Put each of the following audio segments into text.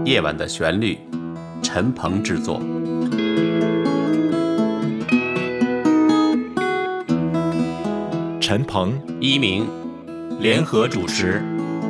夜晚的旋律，陈鹏制作。 陈鹏、 一鸣联合主持。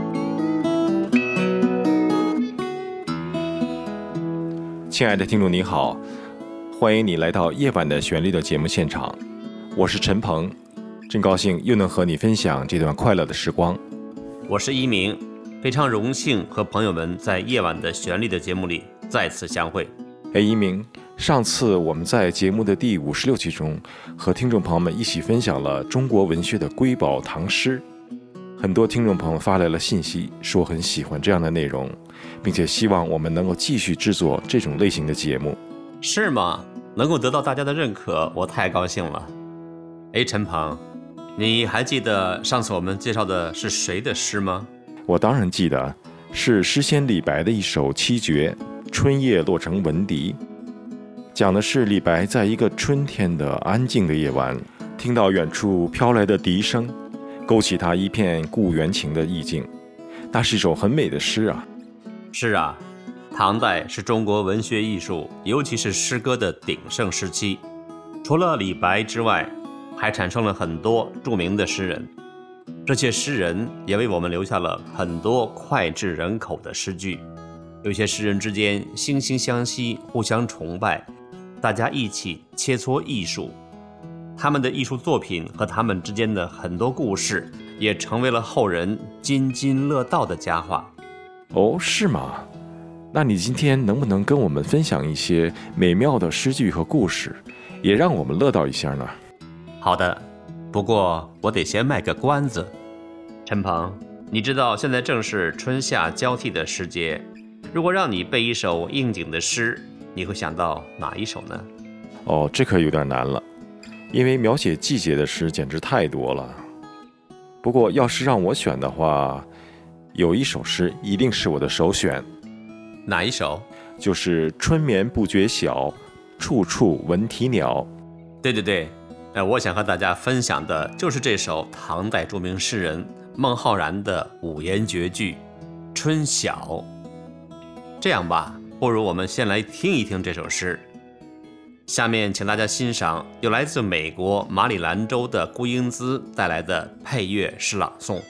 亲爱的听众你好，欢迎你来到夜晚的旋律的节目现场，我是陈鹏，真高兴又能和你分享这段快乐的时光。 我是一鸣，非常荣幸和朋友们在夜晚的旋律的节目里再次相会。 一鸣，上次我们在节目的第56期中和听众朋友们一起分享了中国文学的瑰宝唐诗，很多听众朋友发来了信息，说很喜欢这样的内容，并且希望我们能够继续制作这种类型的节目。 是吗？能够得到大家的认可，我太高兴了。陈鹏，你还记得上次我们介绍的是谁的诗吗？ 我当然记得，是诗仙李白的一首七绝《春夜落成闻笛》，讲的是李白在一个春天的安静的夜晚，听到远处飘来的笛声，勾起他一片故园情的意境。那是一首很美的诗啊。 是啊，唐代是中国文学艺术，尤其是诗歌的鼎盛时期。除了李白之外，还产生了很多著名的诗人。这些诗人也为我们留下了很多脍炙人口的诗句。有些诗人之间惺惺相惜，互相崇拜，大家一起切磋艺术。他们的艺术作品和他们之间的很多故事，也成为了后人津津乐道的佳话。 哦，是吗？那你今天能不能跟我们分享一些美妙的诗句和故事，也让我们乐道一下呢？ 好的，不过我得先卖个关子。陈鹏，你知道现在正是春夏交替的时节，如果让你背一首应景的诗，你会想到哪一首呢？ 哦，这可有点难了，因为描写季节的诗简直太多了。不过要是让我选的话，有一首诗一定是我的首选。 哪一首？ 就是春眠不觉晓，处处闻啼鸟。 对，我想和大家分享的就是这首唐代著名诗人孟浩然的五言绝句《春晓》。这样吧，不如我们先来听一听这首诗。下面请大家欣赏由来自美国马里兰州的顾英姿带来的配乐诗朗诵。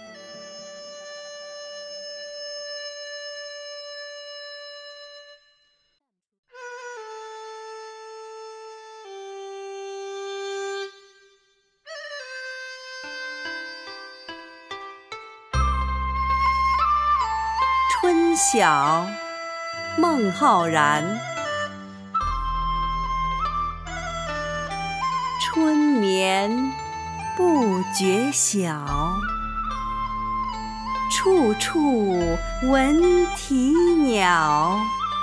春晓，孟浩然。春眠不觉晓，处处闻啼鸟。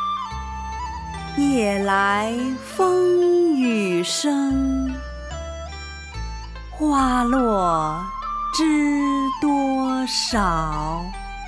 夜来风雨声，花落知多少。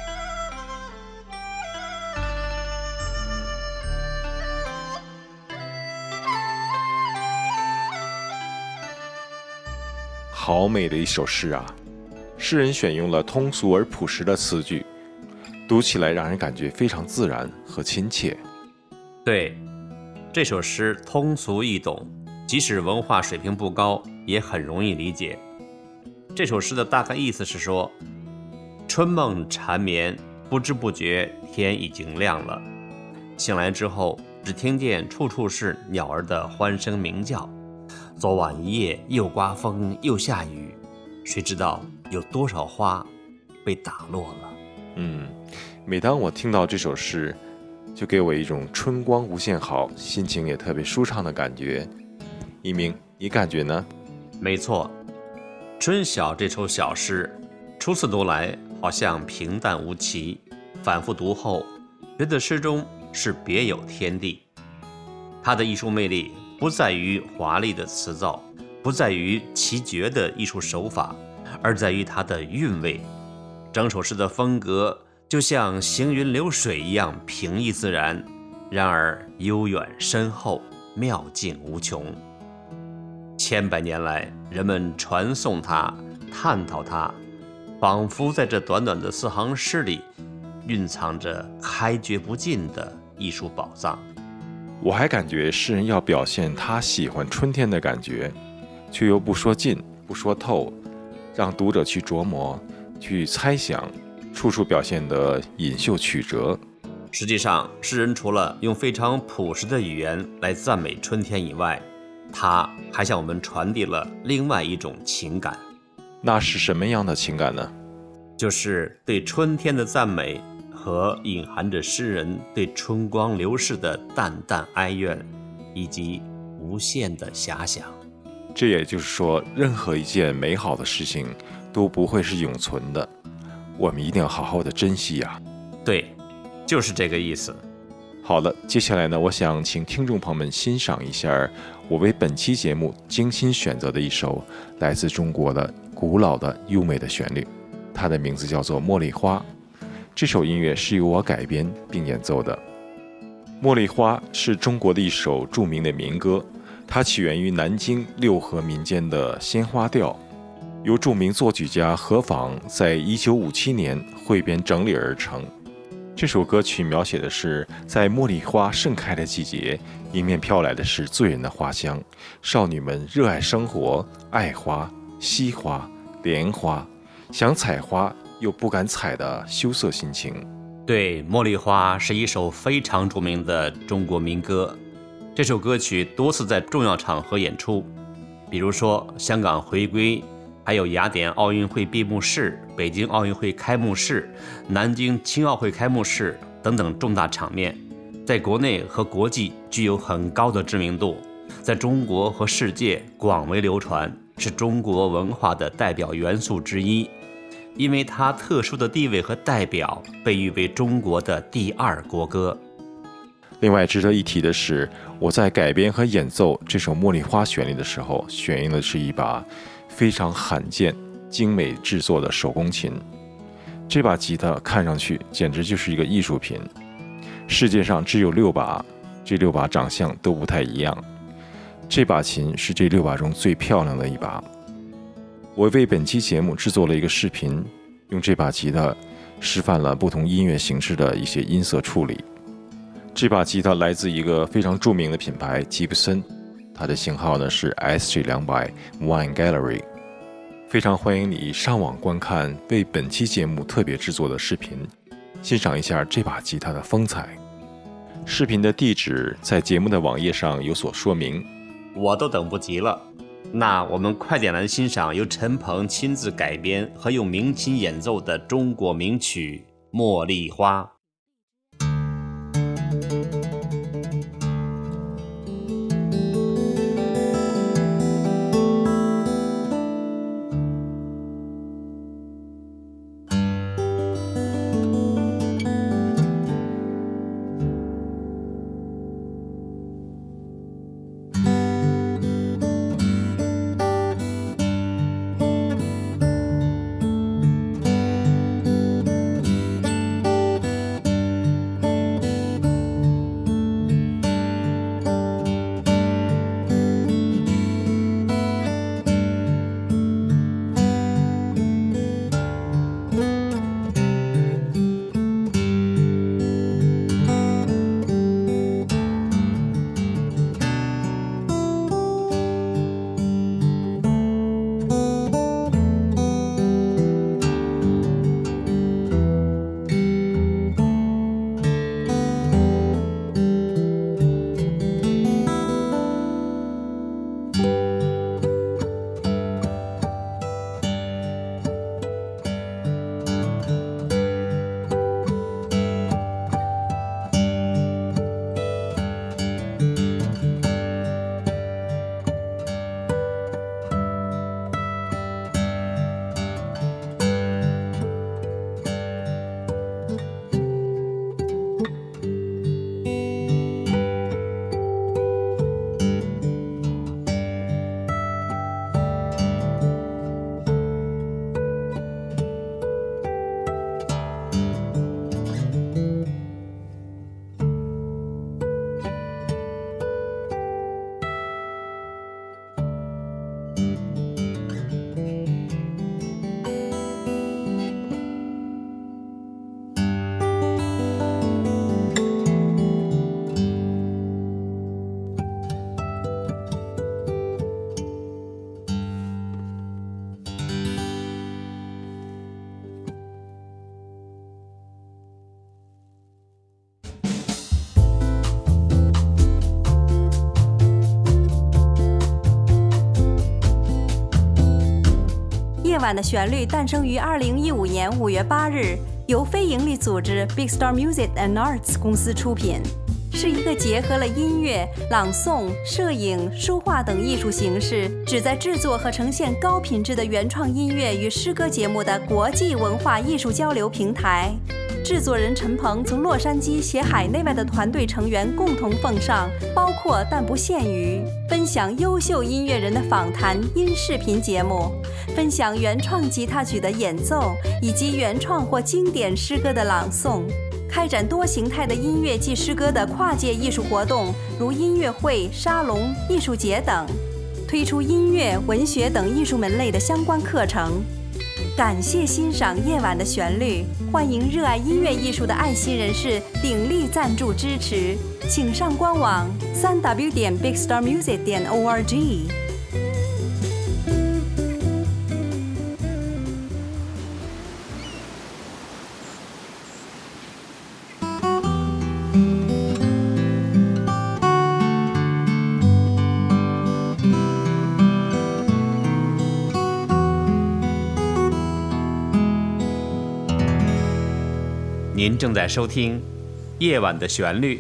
好美的一首诗啊！诗人选用了通俗而朴实的词句，读起来让人感觉非常自然和亲切。 对，这首诗通俗易懂，即使文化水平不高，也很容易理解。这首诗的大概意思是说，春梦缠绵，不知不觉天已经亮了，醒来之后，只听见处处是鸟儿的欢声鸣叫。昨晚一夜又刮风又下雨，谁知道有多少花被打落了。 每当我听到这首诗，就给我一种春光无限好，心情也特别舒畅的感觉。一鸣，你感觉呢？ 没错，春晓这首小诗，初次读来好像平淡无奇，反复读后，觉得诗中是别有天地。它的艺术魅力不在于华丽的词造，不在于奇绝的艺术手法，而在于它的韵味。整首诗的风格就像行云流水一样平易自然，然而悠远深厚，妙境无穷。千百年来，人们传颂它，探讨它，仿佛在这短短的4行诗里， 蕴藏着开掘不尽的艺术宝藏。 我还感觉诗人要表现他喜欢春天的感觉，却又不说尽，不说透，让读者去琢磨，去猜想，处处表现得隐秀曲折。 实际上，诗人除了用非常朴实的语言来赞美春天以外，他还向我们传递了另外一种情感。 那是什么样的情感呢？ 就是对春天的赞美和隐含着诗人对春光流逝的淡淡哀怨，以及无限的遐想。 这也就是说，任何一件美好的事情都不会是永存的，我们一定要好好的珍惜呀。 对，就是这个意思。 好了，接下来呢，我想请听众朋友们欣赏一下我为本期节目精心选择的一首来自中国的古老的优美的旋律，它的名字叫做《茉莉花》。这首音乐是由我改编并演奏的。《茉莉花》是中国的一首著名的民歌，它起源于南京六合民间的鲜花调，由著名作曲家何妨在1957年汇编整理而成。这首歌曲描写的是在茉莉花盛开的季节，迎面飘来的是醉人的花香，少女们热爱生活，爱花、惜花、怜花，想采花又不敢采的羞涩心情。 对，《茉莉花》是一首非常著名的中国民歌。这首歌曲多次在重要场合演出，比如说香港回归，还有雅典奥运会闭幕式、北京奥运会开幕式、南京青奥会开幕式等等重大场面，在国内和国际具有很高的知名度，在中国和世界广为流传，是中国文化的代表元素之一。因为它特殊的地位和代表，被誉为中国的第二国歌。 另外值得一提的是，我在改编和演奏这首《茉莉花》旋律的时候，选用的是一把非常罕见、精美制作的手工琴。这把吉他看上去简直就是一个艺术品。世界上只有6把，这6把长相都不太一样。这把琴是这6把中最漂亮的一把。我为本期节目制作了一个视频，用这把吉他示范了不同音乐形式的一些音色处理。这把吉他来自一个非常著名的品牌吉布森，它的型号呢是 SG200 Wine Gallery。非常欢迎你上网观看为本期节目特别制作的视频，欣赏一下这把吉他的风采。视频的地址在节目的网页上有所说明。 我都等不及了，那我们快点来欣赏由陈鹏亲自改编和用民琴演奏的中国名曲《茉莉花》。 夜晚的旋律诞生于2015年5月8日，由非营利组织 Big Star Music and Arts 公司出品，是一个结合了音乐、朗诵、摄影、书画等艺术形式，旨在制作和呈现高品质的原创音乐与诗歌节目的国际文化艺术交流平台。制作人陈鹏从洛杉矶携海内外的团队成员共同奉上，包括但不限于分享优秀音乐人的访谈音视频节目，分享原创吉他曲的演奏，以及原创或经典诗歌的朗诵，开展多形态的音乐及诗歌的跨界艺术活动，如音乐会、沙龙、艺术节等，推出音乐、文学等艺术门类的相关课程。感谢欣赏夜晚的旋律，欢迎热爱音乐艺术的爱心人士鼎力赞助支持，请上官网3w.bigstarmusic.org。 您正在收听《夜晚的旋律》。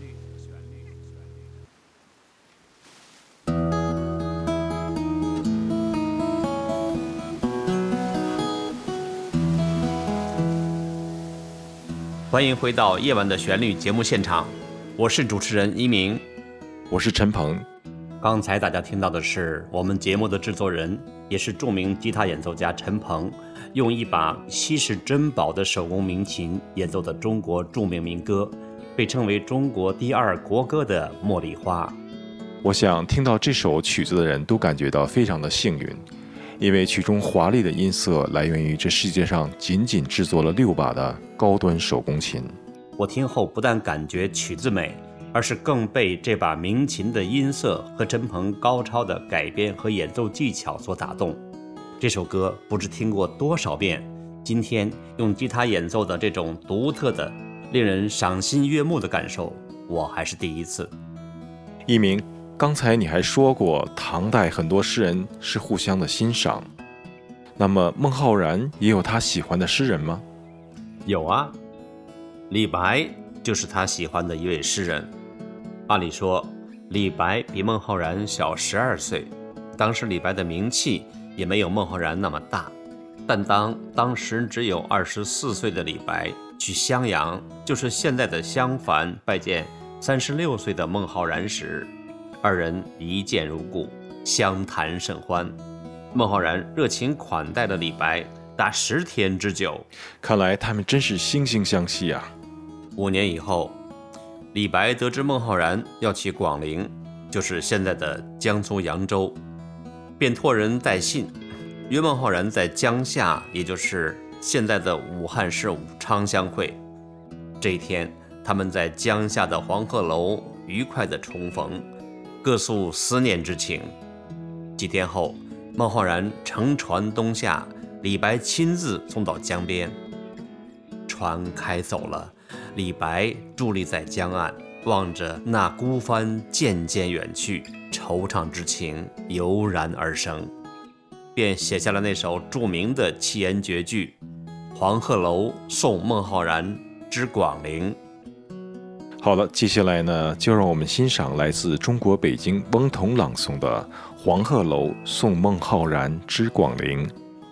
欢迎回到《夜晚的旋律》节目现场，我是主持人一鸣， 我是陈鹏。 刚才大家听到的是我们节目的制作人，也是著名吉他演奏家陈鹏，用一把稀世珍宝的手工民琴演奏的中国著名民歌，被称为中国第二国歌的《茉莉花》。 我想听到这首曲子的人都感觉到非常的幸运，因为曲中华丽的音色来源于这世界上仅仅制作了6把的高端手工琴。 我听后不但感觉曲子美，而是更被这把民琴的音色和陈鹏高超的改编和演奏技巧所打动。这首歌不知听过多少遍，今天用吉他演奏的这种独特的、令人赏心悦目的感受，我还是第一次。 一鸣，刚才你还说过唐代很多诗人是互相的欣赏，那么孟浩然也有他喜欢的诗人吗？ 有啊，李白就是他喜欢的一位诗人。按理说，李白比孟浩然小12岁，当时李白的名气也没有孟浩然那么大。但当时只有24岁的李白去襄阳，就是现在的襄樊，拜见36岁的孟浩然时，二人一见如故，相谈甚欢。孟浩然热情款待了李白达10天之久。 看来他们真是惺惺相惜啊。 5年以后，李白得知孟浩然要去广陵，就是现在的江苏扬州，便托人带信，约孟浩然在江夏，也就是现在的武汉市武昌相会。这一天，他们在江夏的黄鹤楼愉快地重逢，各诉思念之情。几天后，孟浩然乘船东下，李白亲自送到江边。船开走了，李白伫立在江岸，望着那孤帆渐渐远去，惆怅之情油然而生，便写下了那首著名的七言绝句《黄鹤楼送孟浩然之广陵》。 好了，接下来呢，就让我们欣赏来自中国北京翁同朗诵的《黄鹤楼送孟浩然之广陵》。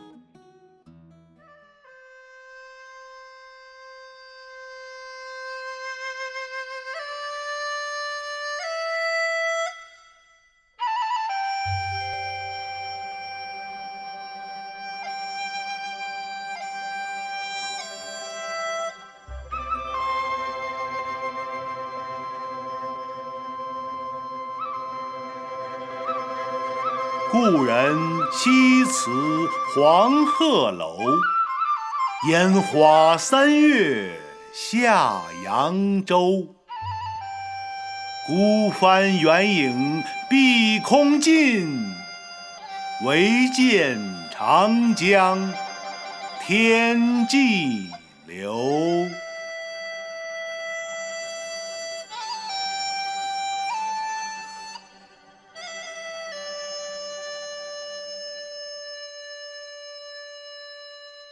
故人西辞黄鹤楼，烟花3月下扬州。孤帆远影碧空尽，唯见长江天际流。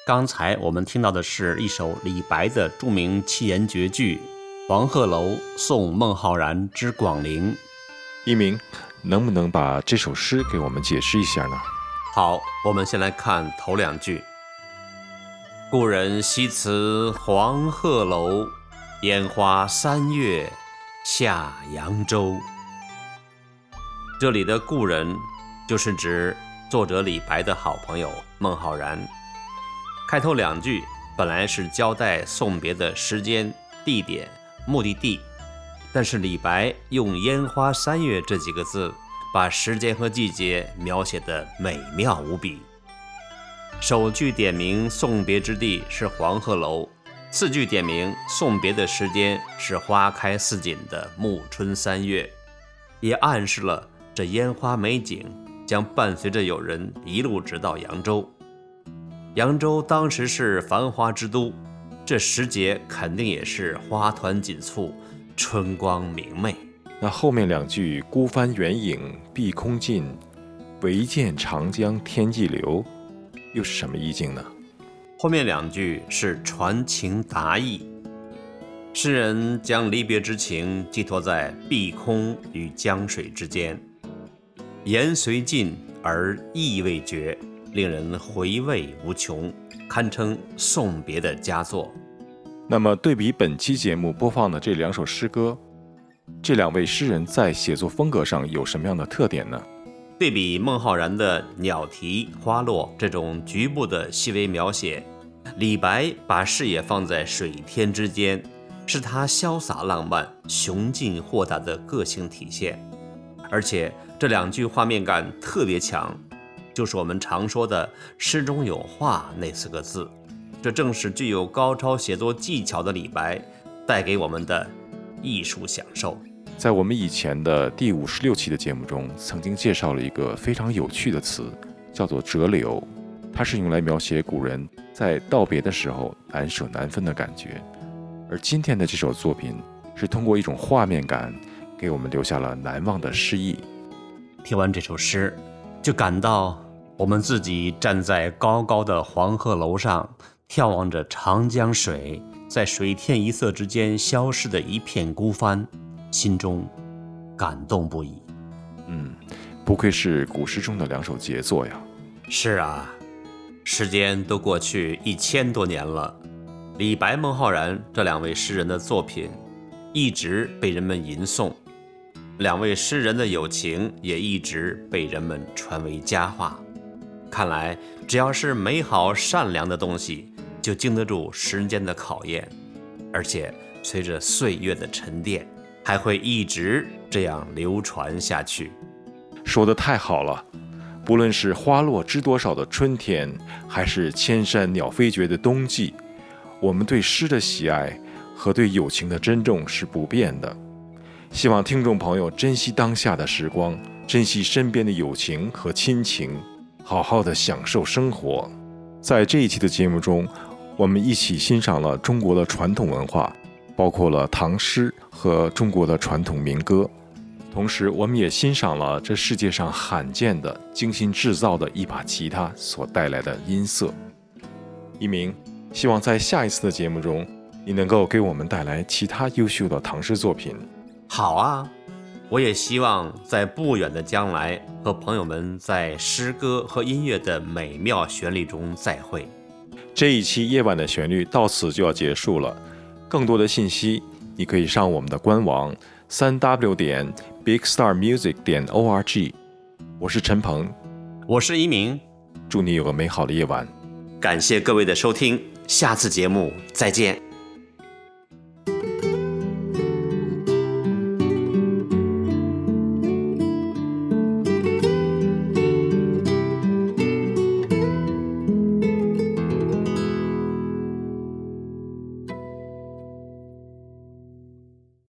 刚才我们听到的是一首李白的著名七言绝句《黄鹤楼送孟浩然之广陵》。 一鸣，能不能把这首诗给我们解释一下呢？ 好，我们先来看头两句。故人西辞黄鹤楼，烟花三月下扬州。这里的故人就是指作者李白的好朋友孟浩然。开头两句本来是交代送别的时间、地点、目的地，但是李白用烟花三月这几个字把时间和季节描写得美妙无比。首句点明送别之地是黄鹤楼，次句点明送别的时间是花开似锦的暮春三月，也暗示了这烟花美景将伴随着友人一路直到扬州。扬州当时是繁华之都，这时节肯定也是花团锦簇，春光明媚。 那后面两句孤帆远影碧空尽，唯见长江天际流，又是什么意境呢？ 后面两句是传情达意，诗人将离别之情寄托在碧空与江水之间，言虽尽而意未绝，令人回味无穷，堪称送别的佳作。 那么对比本期节目播放的这两首诗歌，这两位诗人在写作风格上有什么样的特点呢？ 对比孟浩然的鸟啼花落这种局部的细微描写，李白把视野放在水天之间，是他潇洒浪漫、雄劲豁达的个性体现。而且这两句画面感特别强，就是我们常说的诗中有画那四个字，这正是具有高超写作技巧的李白带给我们的艺术享受。 在我们以前的第56期的节目中，曾经介绍了一个非常有趣的词，叫做折柳，它是用来描写古人在道别的时候难舍难分的感觉。而今天的这首作品是通过一种画面感给我们留下了难忘的诗意。 听完这首诗，就感到我们自己站在高高的黄鹤楼上，眺望着长江水在水天一色之间消失的一片孤帆，心中感动不已。 不愧是古诗中的两首杰作呀。 是啊，时间都过去1000多年了，李白、孟浩然这两位诗人的作品一直被人们吟诵，两位诗人的友情也一直被人们传为佳话。看来只要是美好善良的东西，就经得住时间的考验，而且随着岁月的沉淀，还会一直这样流传下去。 说得太好了，不论是花落知多少的春天，还是千山鸟飞绝的冬季，我们对诗的喜爱和对友情的珍重是不变的。希望听众朋友珍惜当下的时光，珍惜身边的友情和亲情，好好的享受生活。在这一期的节目中，我们一起欣赏了中国的传统文化，包括了唐诗和中国的传统民歌。同时我们也欣赏了这世界上罕见的精心制造的一把吉他所带来的音色。一鸣，希望在下一次的节目中，你能够给我们带来其他优秀的唐诗作品。 好啊，我也希望在不远的将来和朋友们在诗歌和音乐的美妙旋律中再会。 这一期夜晚的旋律到此就要结束了，更多的信息你可以上我们的官网3w.bigstarmusic.org。 我是陈鹏， 我是一鸣， 祝你有个美好的夜晚。 感谢各位的收听，下次节目再见。